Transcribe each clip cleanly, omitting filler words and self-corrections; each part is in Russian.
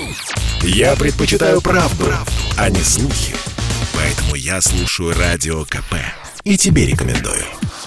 Я предпочитаю правду, а не слухи. Поэтому я слушаю Радио КП. И тебе рекомендую.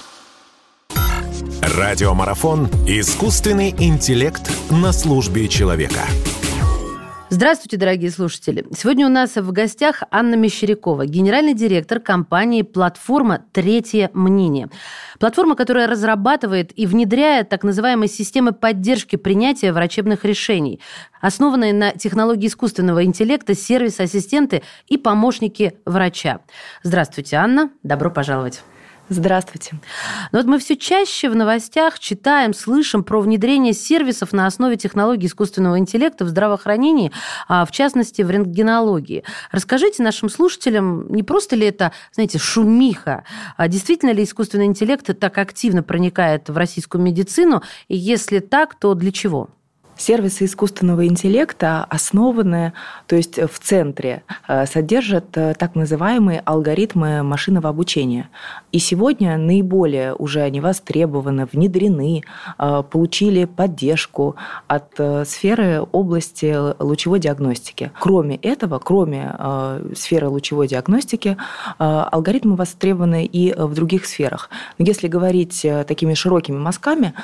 Радиомарафон «Искусственный интеллект на службе человека». Здравствуйте, дорогие слушатели. Сегодня у нас в гостях Анна Мещерякова, генеральный директор компании «Платформа. Третье мнение». Платформа, которая разрабатывает и внедряет так называемые системы поддержки принятия врачебных решений, основанные на технологии искусственного интеллекта, сервис-ассистенты и помощники врача. Здравствуйте, Анна. Добро пожаловать. Здравствуйте. Но вот мы все чаще в новостях читаем, слышим про внедрение сервисов на основе технологий искусственного интеллекта в здравоохранении, в частности, в рентгенологии. Расскажите нашим слушателям, не просто ли это, знаете, шумиха, а действительно ли искусственный интеллект так активно проникает в российскую медицину, и если так, то для чего? Сервисы искусственного интеллекта основаны, то есть в центре, содержат так называемые алгоритмы машинного обучения. И сегодня наиболее уже они востребованы, внедрены, получили поддержку от сферы области лучевой диагностики. Кроме этого, кроме сферы лучевой диагностики, алгоритмы востребованы и в других сферах. Но если говорить такими широкими мазками,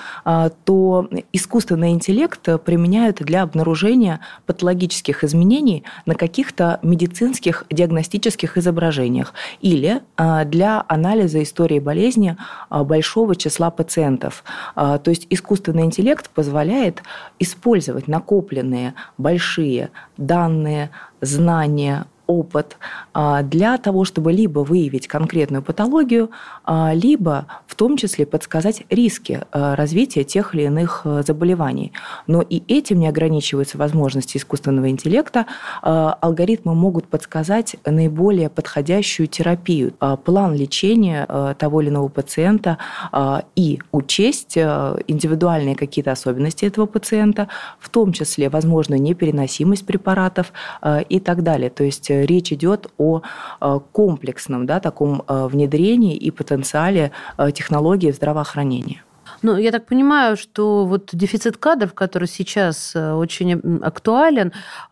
то искусственный интеллект применяют для обнаружения патологических изменений на каких-то медицинских диагностических изображениях или для анализа истории болезни большого числа пациентов. То есть искусственный интеллект позволяет использовать накопленные большие данные, знания, опыт для того, чтобы либо выявить конкретную патологию, либо в том числе подсказать риски развития тех или иных заболеваний. Но и этим не ограничиваются возможности искусственного интеллекта. Алгоритмы могут подсказать наиболее подходящую терапию, план лечения того или иного пациента и учесть индивидуальные какие-то особенности этого пациента, в том числе возможную непереносимость препаратов и так далее. То есть речь идет о комплексном, таком внедрении и потенциале технологий в здравоохранении. Ну, я так понимаю, что вот дефицит кадров, который сейчас очень актуален,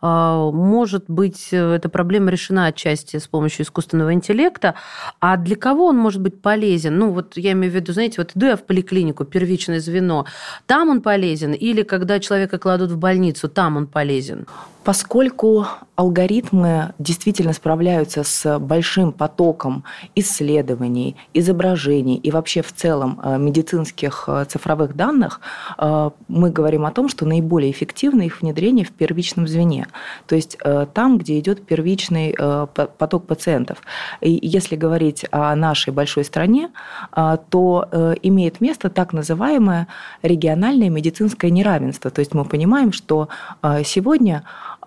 может быть, эта проблема решена отчасти с помощью искусственного интеллекта. А для кого он может быть полезен? Ну, вот я имею в виду, знаете, вот иду я в поликлинику, первичное звено, там он полезен, или когда человека кладут в больницу, там он полезен? Поскольку алгоритмы действительно справляются с большим потоком исследований, изображений и вообще в целом медицинских цифровых данных, мы говорим о том, что наиболее эффективно их внедрение в первичном звене, то есть там, где идет первичный поток пациентов. И если говорить о нашей большой стране, то имеет место так называемое региональное медицинское неравенство. То есть мы понимаем, что сегодня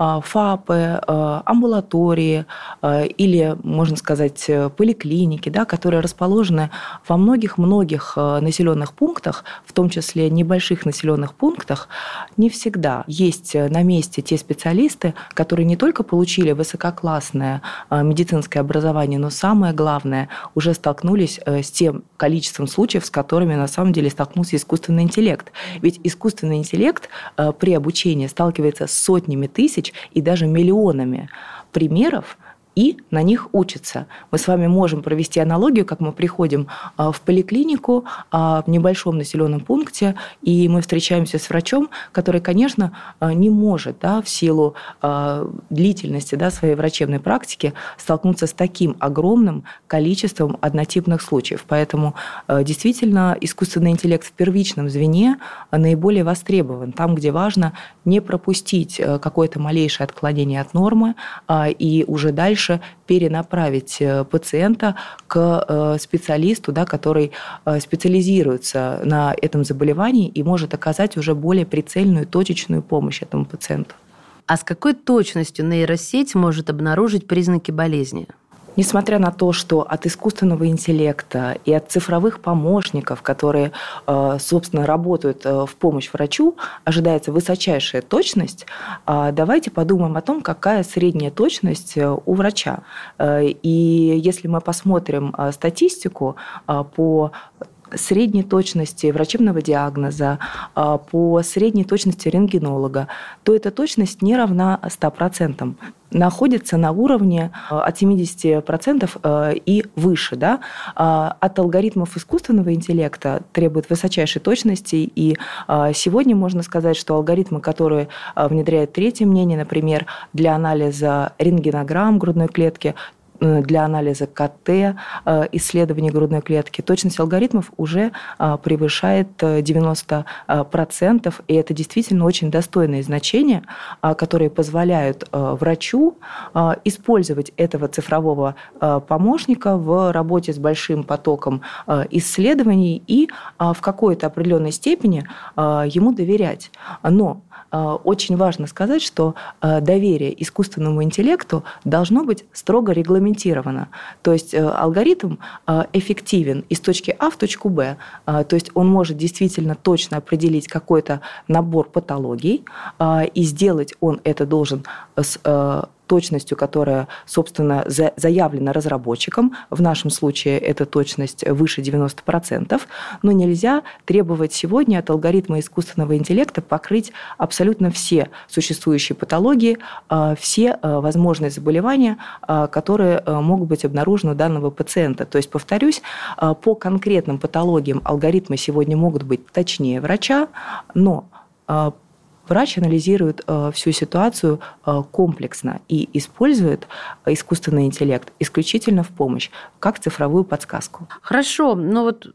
ФАПы, амбулатории или, можно сказать, поликлиники, которые расположены во многих-многих населенных пунктах, в том числе небольших населенных пунктах, не всегда есть на месте те специалисты, которые не только получили высококлассное медицинское образование, но самое главное, уже столкнулись с тем количеством случаев, с которыми на самом деле столкнулся искусственный интеллект. Ведь искусственный интеллект при обучении сталкивается с сотнями тысяч и даже миллионами примеров, и на них учатся. Мы с вами можем провести аналогию, как мы приходим в поликлинику в небольшом населенном пункте, и мы встречаемся с врачом, который, конечно, не может в силу длительности своей врачебной практики столкнуться с таким огромным количеством однотипных случаев. Поэтому действительно искусственный интеллект в первичном звене наиболее востребован, там, где важно не пропустить какое-то малейшее отклонение от нормы и уже дальше перенаправить пациента к специалисту, который специализируется на этом заболевании и может оказать уже более прицельную, точечную помощь этому пациенту. А с какой точностью нейросеть может обнаружить признаки болезни? Несмотря на то, что от искусственного интеллекта и от цифровых помощников, которые, собственно, работают в помощь врачу, ожидается высочайшая точность, давайте подумаем о том, какая средняя точность у врача. И если мы посмотрим статистику по средней точности врачебного диагноза, по средней точности рентгенолога, то эта точность не равна 100%. Находится на уровне от 70% и выше. Да? От алгоритмов искусственного интеллекта требует высочайшей точности, и сегодня можно сказать, что алгоритмы, которые внедряет третье мнение, например, для анализа рентгенограмм грудной клетки, для анализа КТ, исследований грудной клетки, точность алгоритмов уже превышает 90%, и это действительно очень достойные значения, которые позволяют врачу использовать этого цифрового помощника в работе с большим потоком исследований и в какой-то определенной степени ему доверять. Но очень важно сказать, что доверие искусственному интеллекту должно быть строго регламентировано. То есть алгоритм эффективен из точки А в точку Б. То есть он может действительно точно определить какой-то набор патологий, и сделать он это должен с точностью, которая, собственно, заявлена разработчиком. В нашем случае эта точность выше 90%. Но нельзя требовать сегодня от алгоритма искусственного интеллекта покрыть абсолютно все существующие патологии, все возможные заболевания, которые могут быть обнаружены у данного пациента. То есть, повторюсь, по конкретным патологиям алгоритмы сегодня могут быть точнее врача, но врач анализирует всю ситуацию комплексно и использует искусственный интеллект исключительно в помощь, как цифровую подсказку. Хорошо, но вот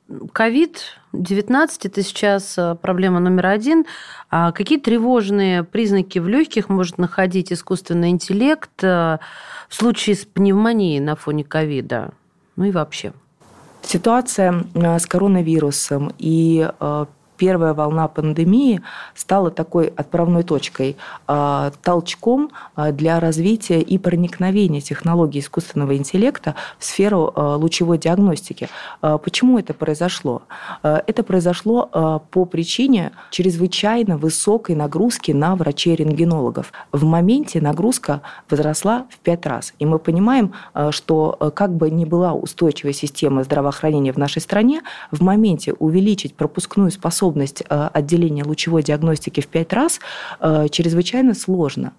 COVID-19 – это сейчас проблема номер один. А какие тревожные признаки в легких может находить искусственный интеллект в случае с пневмонией на фоне ковида? Ну и вообще. Ситуация с коронавирусом и первая волна пандемии стала такой отправной точкой, толчком для развития и проникновения технологий искусственного интеллекта в сферу лучевой диагностики. Почему это произошло? Это произошло по причине чрезвычайно высокой нагрузки на врачей-рентгенологов. В моменте нагрузка возросла в 5 раз. И мы понимаем, что как бы ни была устойчивая система здравоохранения в нашей стране, в моменте увеличить пропускную способность отделения лучевой диагностики в 5 раз чрезвычайно сложно.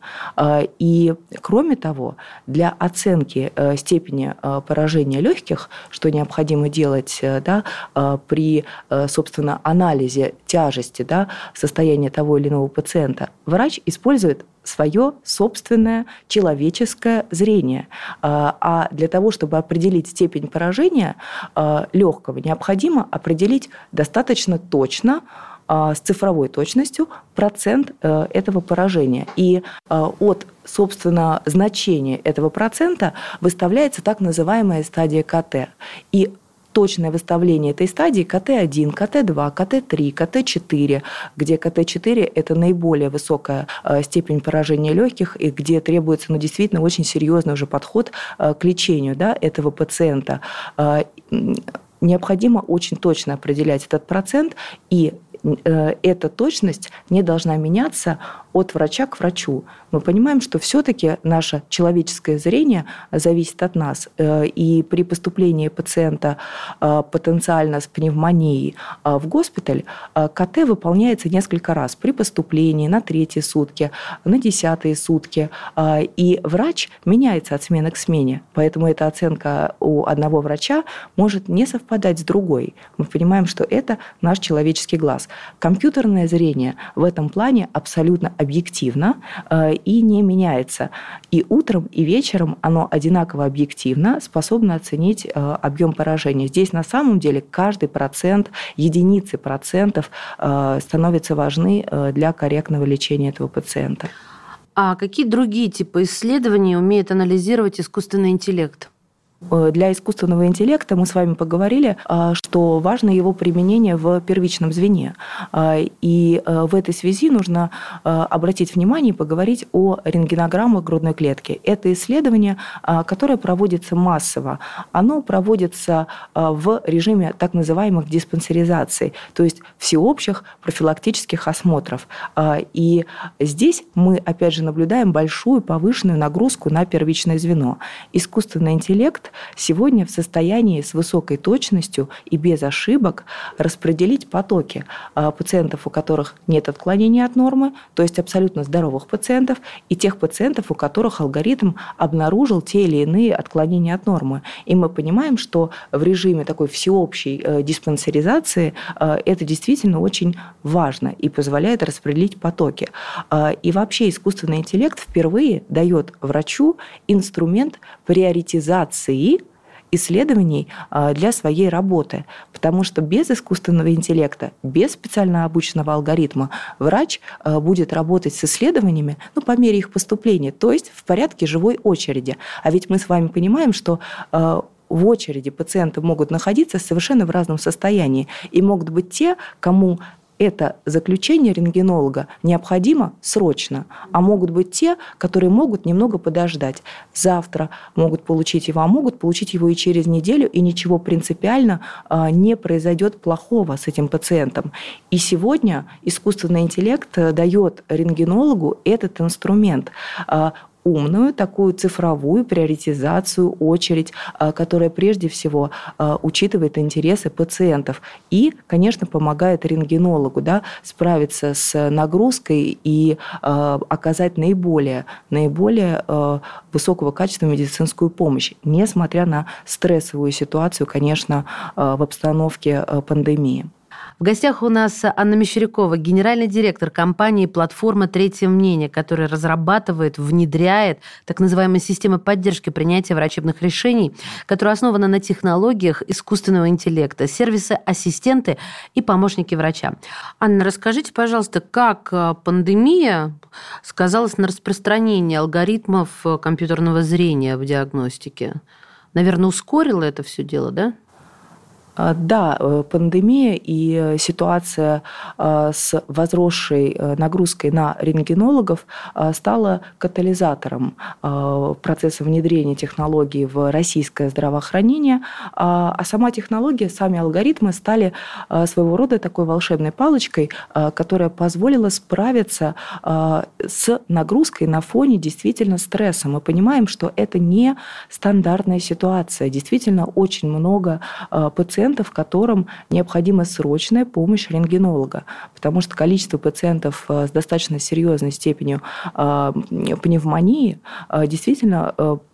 И, кроме того, для оценки степени поражения легких, что необходимо делать, да, при, собственно, анализе тяжести, да, состояния того или иного пациента, врач использует свое собственное человеческое зрение. А для того, чтобы определить степень поражения легкого, необходимо определить достаточно точно, с цифровой точностью, процент этого поражения. И от, собственно, значения этого процента выставляется так называемая стадия КТ. И точное выставление этой стадии КТ-1, КТ-2, КТ-3, КТ-4, где КТ-4 – это наиболее высокая степень поражения легких и где требуется действительно очень серьезный уже подход к лечению, да, этого пациента. Необходимо очень точно определять этот процент, и эта точность не должна меняться от врача к врачу. Мы понимаем, что все-таки наше человеческое зрение зависит от нас. И при поступлении пациента потенциально с пневмонией в госпиталь КТ выполняется несколько раз при поступлении на 3-е сутки, на 10-е сутки. И врач меняется от смены к смене. Поэтому эта оценка у одного врача может не совпадать с другой. Мы понимаем, что это наш человеческий глаз. Компьютерное зрение в этом плане абсолютно объективно и не меняется. И утром, и вечером оно одинаково объективно способно оценить объем поражения. Здесь на самом деле каждый процент, единицы процентов становятся важны для корректного лечения этого пациента. А какие другие типы исследований умеет анализировать искусственный интеллект? Для искусственного интеллекта мы с вами поговорили, что важно его применение в первичном звене. И в этой связи нужно обратить внимание и поговорить о рентгенограммах грудной клетки. Это исследование, которое проводится массово. Оно проводится в режиме так называемых диспансеризаций, то есть всеобщих профилактических осмотров. И здесь мы, опять же, наблюдаем большую повышенную нагрузку на первичное звено. Искусственный интеллект интеллект сегодня в состоянии с высокой точностью и без ошибок распределить потоки пациентов, у которых нет отклонений от нормы, то есть абсолютно здоровых пациентов, и тех пациентов, у которых алгоритм обнаружил те или иные отклонения от нормы. И мы понимаем, что в режиме такой всеобщей диспансеризации это действительно очень важно и позволяет распределить потоки. И вообще искусственный интеллект впервые дает врачу инструмент приоритизации исследований для своей работы. Потому что без искусственного интеллекта, без специально обученного алгоритма врач будет работать с исследованиями по мере их поступления, то есть в порядке живой очереди. А ведь мы с вами понимаем, что в очереди пациенты могут находиться совершенно в разном состоянии. И могут быть те, кому это заключение рентгенолога необходимо срочно, а могут быть те, которые могут немного подождать. Завтра могут получить его, а могут получить его и через неделю, и ничего принципиально не произойдет плохого с этим пациентом. И сегодня искусственный интеллект дает рентгенологу этот инструмент, умную, такую цифровую приоритизацию, очередь, которая прежде всего учитывает интересы пациентов и, конечно, помогает рентгенологу справиться с нагрузкой и оказать наиболее высокого качества медицинскую помощь, несмотря на стрессовую ситуацию, конечно, в обстановке пандемии. В гостях у нас Анна Мещерякова, генеральный директор компании «Платформа Третье мнение», которая разрабатывает, внедряет так называемые системы поддержки принятия врачебных решений, которая основана на технологиях искусственного интеллекта, сервисы-ассистенты и помощники врача. Анна, расскажите, пожалуйста, как пандемия сказалась на распространении алгоритмов компьютерного зрения в диагностике? Наверное, ускорило это все дело, да? Да, пандемия и ситуация с возросшей нагрузкой на рентгенологов стала катализатором процесса внедрения технологий в российское здравоохранение, а сама технология, сами алгоритмы стали своего рода такой волшебной палочкой, которая позволила справиться с нагрузкой на фоне действительно стресса. Мы понимаем, что это не стандартная ситуация. Действительно, очень много пациентов, которым необходима срочная помощь рентгенолога, потому что количество пациентов с достаточно серьезной степенью пневмонии действительно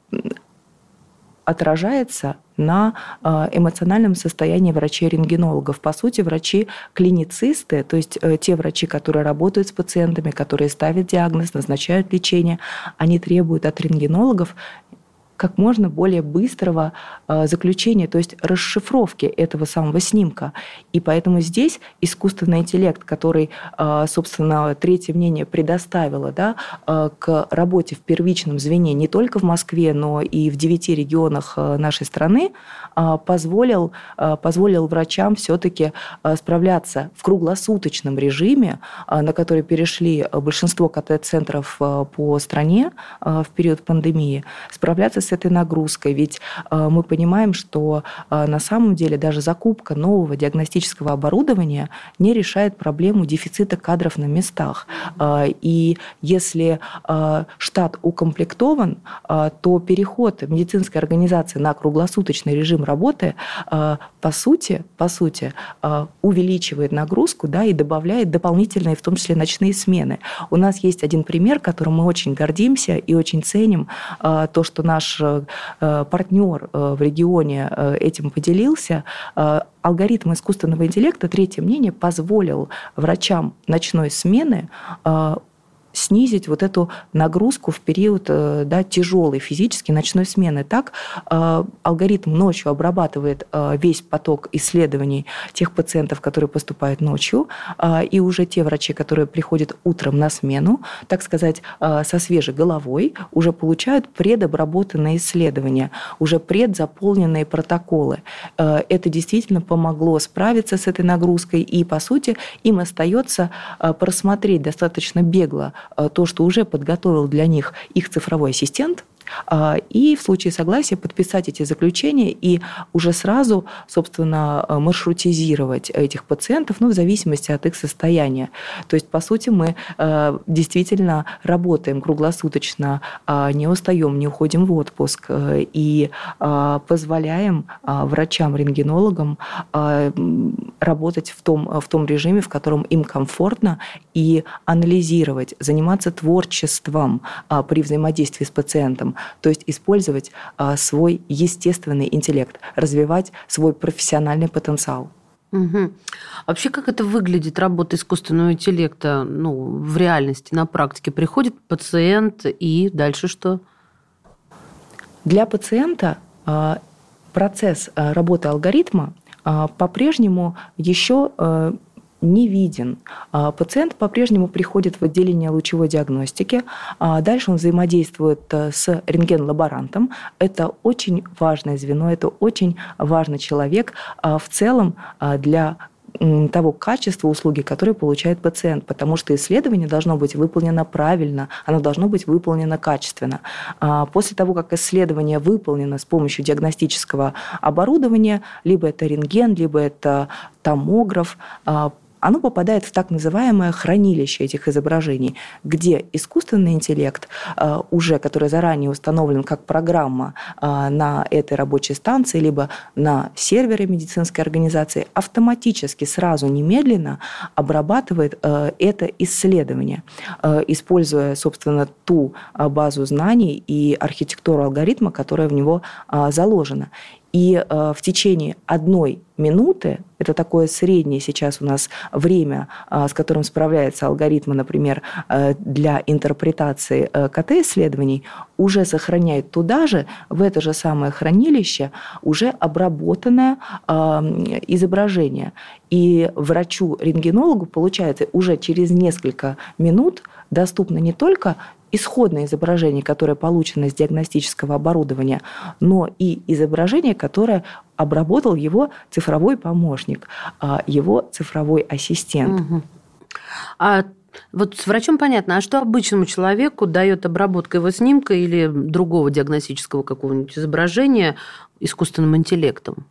отражается на эмоциональном состоянии врачей-рентгенологов. По сути, врачи-клиницисты, то есть те врачи, которые работают с пациентами, которые ставят диагноз, назначают лечение, они требуют от рентгенологов как можно более быстрого заключения, то есть расшифровки этого самого снимка. И поэтому здесь искусственный интеллект, который, собственно, Третье мнение предоставило к работе в первичном звене не только в Москве, но и в 9 регионах нашей страны, позволил врачам все-таки справляться в круглосуточном режиме, на который перешли большинство КТ-центров по стране в период пандемии, справляться с этой нагрузкой. Ведь мы понимаем, что на самом деле даже закупка нового диагностического оборудования не решает проблему дефицита кадров на местах. И если штат укомплектован, то переход медицинской организации на круглосуточный режим работы по сути увеличивает нагрузку, и добавляет дополнительные, в том числе, ночные смены. У нас есть один пример, которым мы очень гордимся и очень ценим, то, что наш партнер в регионе этим поделился. Алгоритм искусственного интеллекта «Третье мнение» позволил врачам ночной смены снизить вот эту нагрузку в период тяжелой физически ночной смены. Так алгоритм ночью обрабатывает весь поток исследований тех пациентов, которые поступают ночью, и уже те врачи, которые приходят утром на смену, так сказать, со свежей головой, уже получают предобработанные исследования, уже предзаполненные протоколы. Это действительно помогло справиться с этой нагрузкой, и, по сути, им остается просмотреть достаточно бегло то, что уже подготовил для них их цифровой ассистент, И в случае согласия подписать эти заключения и уже сразу, собственно, маршрутизировать этих пациентов, в зависимости от их состояния. То есть, по сути, мы действительно работаем круглосуточно, не устаем, не уходим в отпуск и позволяем врачам-рентгенологам работать в том режиме, в котором им комфортно, и анализировать, заниматься творчеством при взаимодействии с пациентом, то есть использовать свой естественный интеллект, развивать свой профессиональный потенциал. Угу. Вообще, как это выглядит, работа искусственного интеллекта, в реальности, на практике? Приходит пациент, и дальше что? Для пациента процесс работы алгоритма по-прежнему еще не виден. Пациент по-прежнему приходит в отделение лучевой диагностики. Дальше он взаимодействует с рентген-лаборантом. Это очень важное звено, это очень важный человек в целом для того качества услуги, которое получает пациент, потому что исследование должно быть выполнено правильно, оно должно быть выполнено качественно. После того, как исследование выполнено с помощью диагностического оборудования, либо это рентген, либо это томограф, оно попадает в так называемое хранилище этих изображений, где искусственный интеллект, уже который заранее установлен как программа на этой рабочей станции, либо на сервере медицинской организации, автоматически, сразу, немедленно обрабатывает это исследование, используя, собственно, ту базу знаний и архитектуру алгоритма, которая в него заложена. И в течение 1 минуты, это такое среднее сейчас у нас время, с которым справляются алгоритмы, например, для интерпретации КТ-исследований, уже сохраняет туда же, в это же самое хранилище, уже обработанное изображение. И врачу-рентгенологу, получается, уже через несколько минут доступно не только исходное изображение, которое получено с диагностического оборудования, но и изображение, которое обработал его цифровой помощник, его цифровой ассистент. Угу. А вот с врачом понятно, а что обычному человеку дает обработка его снимка или другого диагностического какого-нибудь изображения искусственным интеллектом?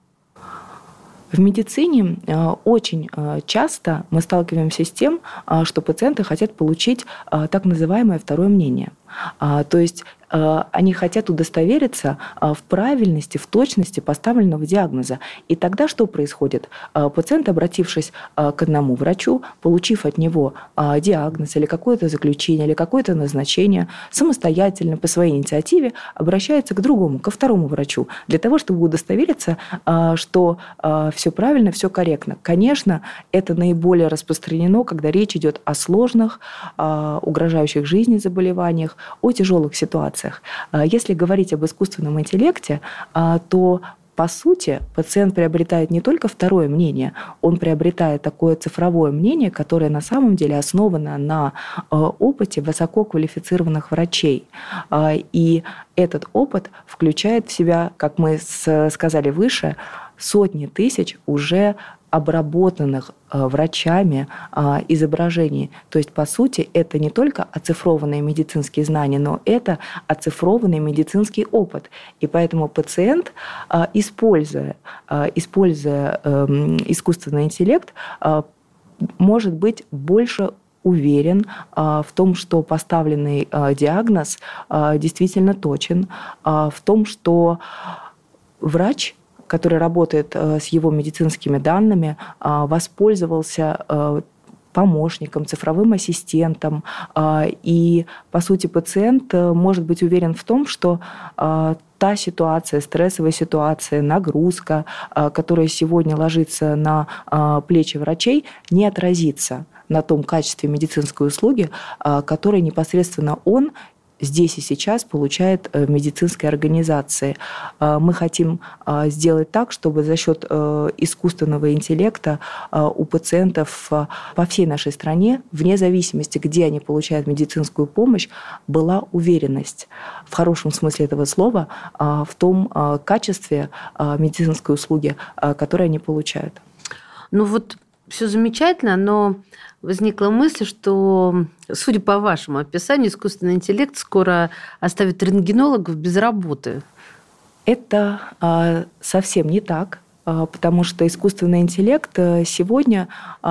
В медицине очень часто мы сталкиваемся с тем, что пациенты хотят получить так называемое второе мнение. То есть они хотят удостовериться в правильности, в точности поставленного диагноза. И тогда что происходит? Пациент, обратившись к одному врачу, получив от него диагноз или какое-то заключение, или какое-то назначение, самостоятельно, по своей инициативе, обращается к другому, ко второму врачу, для того, чтобы удостовериться, что все правильно, все корректно. Конечно, это наиболее распространено, когда речь идет о сложных, угрожающих жизни заболеваниях, о тяжелых ситуациях. Если говорить об искусственном интеллекте, то, по сути, пациент приобретает не только второе мнение, он приобретает такое цифровое мнение, которое на самом деле основано на опыте высококвалифицированных врачей. И этот опыт включает в себя, как мы сказали выше, сотни тысяч уже обработанных врачами изображений. То есть, по сути, это не только оцифрованные медицинские знания, но это оцифрованный медицинский опыт. И поэтому пациент, используя искусственный интеллект, может быть больше уверен в том, что поставленный диагноз действительно точен, в том, что врач, который работает с его медицинскими данными, воспользовался помощником, цифровым ассистентом. И, по сути, пациент может быть уверен в том, что та ситуация, стрессовая ситуация, нагрузка, которая сегодня ложится на плечи врачей, не отразится на том качестве медицинской услуги, которое непосредственно он здесь и сейчас получает в медицинской организации. Мы хотим сделать так, чтобы за счет искусственного интеллекта у пациентов по всей нашей стране, вне зависимости, где они получают медицинскую помощь, была уверенность, в хорошем смысле этого слова, в том качестве медицинской услуги, которую они получают. Ну вот все замечательно, но возникла мысль, что, судя по вашему описанию, искусственный интеллект скоро оставит рентгенологов без работы. Это совсем не так, потому что искусственный интеллект сегодня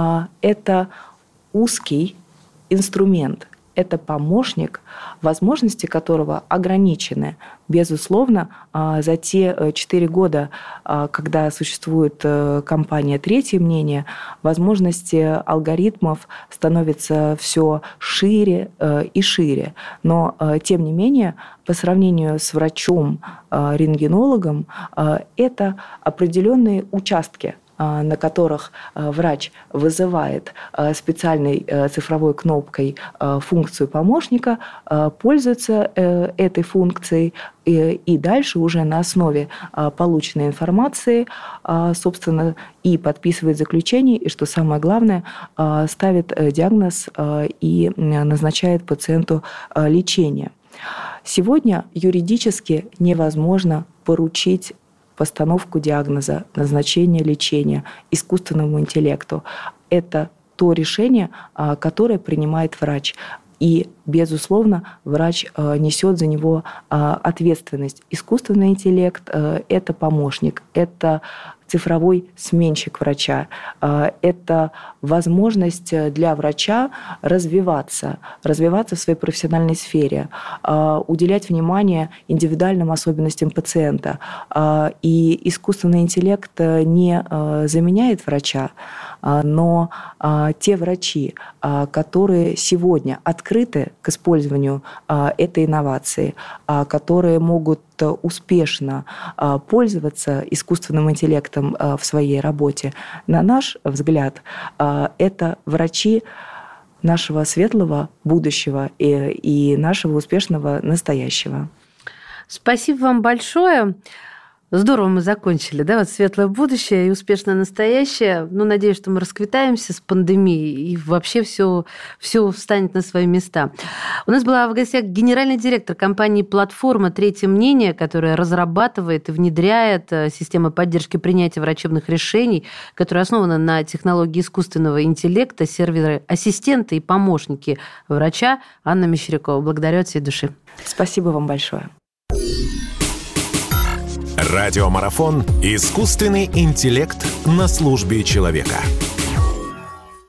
это узкий инструмент. Это помощник, возможности которого ограничены. Безусловно, за те 4 года, когда существует компания «Третье мнение», возможности алгоритмов становятся все шире и шире. Но, тем не менее, по сравнению с врачом-рентгенологом, это определенные участки, на которых врач вызывает специальной цифровой кнопкой функцию помощника, пользуется этой функцией и дальше уже на основе полученной информации, собственно, и подписывает заключение, и, что самое главное, ставит диагноз и назначает пациенту лечение. Сегодня юридически невозможно поручить постановку диагноза, назначение лечения искусственному интеллекту. Это то решение, которое принимает врач. И, безусловно, врач несет за него ответственность. Искусственный интеллект – это помощник, это цифровой сменщик врача. Это возможность для врача развиваться в своей профессиональной сфере, уделять внимание индивидуальным особенностям пациента. И искусственный интеллект не заменяет врача, но те врачи, которые сегодня открыты к использованию этой инновации, которые могут успешно пользоваться искусственным интеллектом в своей работе, на наш взгляд, это врачи нашего светлого будущего и нашего успешного настоящего. Спасибо вам большое. Здорово мы закончили, да, вот светлое будущее и успешное настоящее. Ну, надеюсь, что мы расквитаемся с пандемией и вообще все встанет на свои места. У нас была в гостях генеральный директор компании «Платформа. Третье мнение», которая разрабатывает и внедряет системы поддержки принятия врачебных решений, которая основана на технологии искусственного интеллекта, серверы ассистенты и помощники врача. Анна Мещерякова. Благодарю от всей души. Спасибо вам большое. Радиомарафон «Искусственный интеллект на службе человека».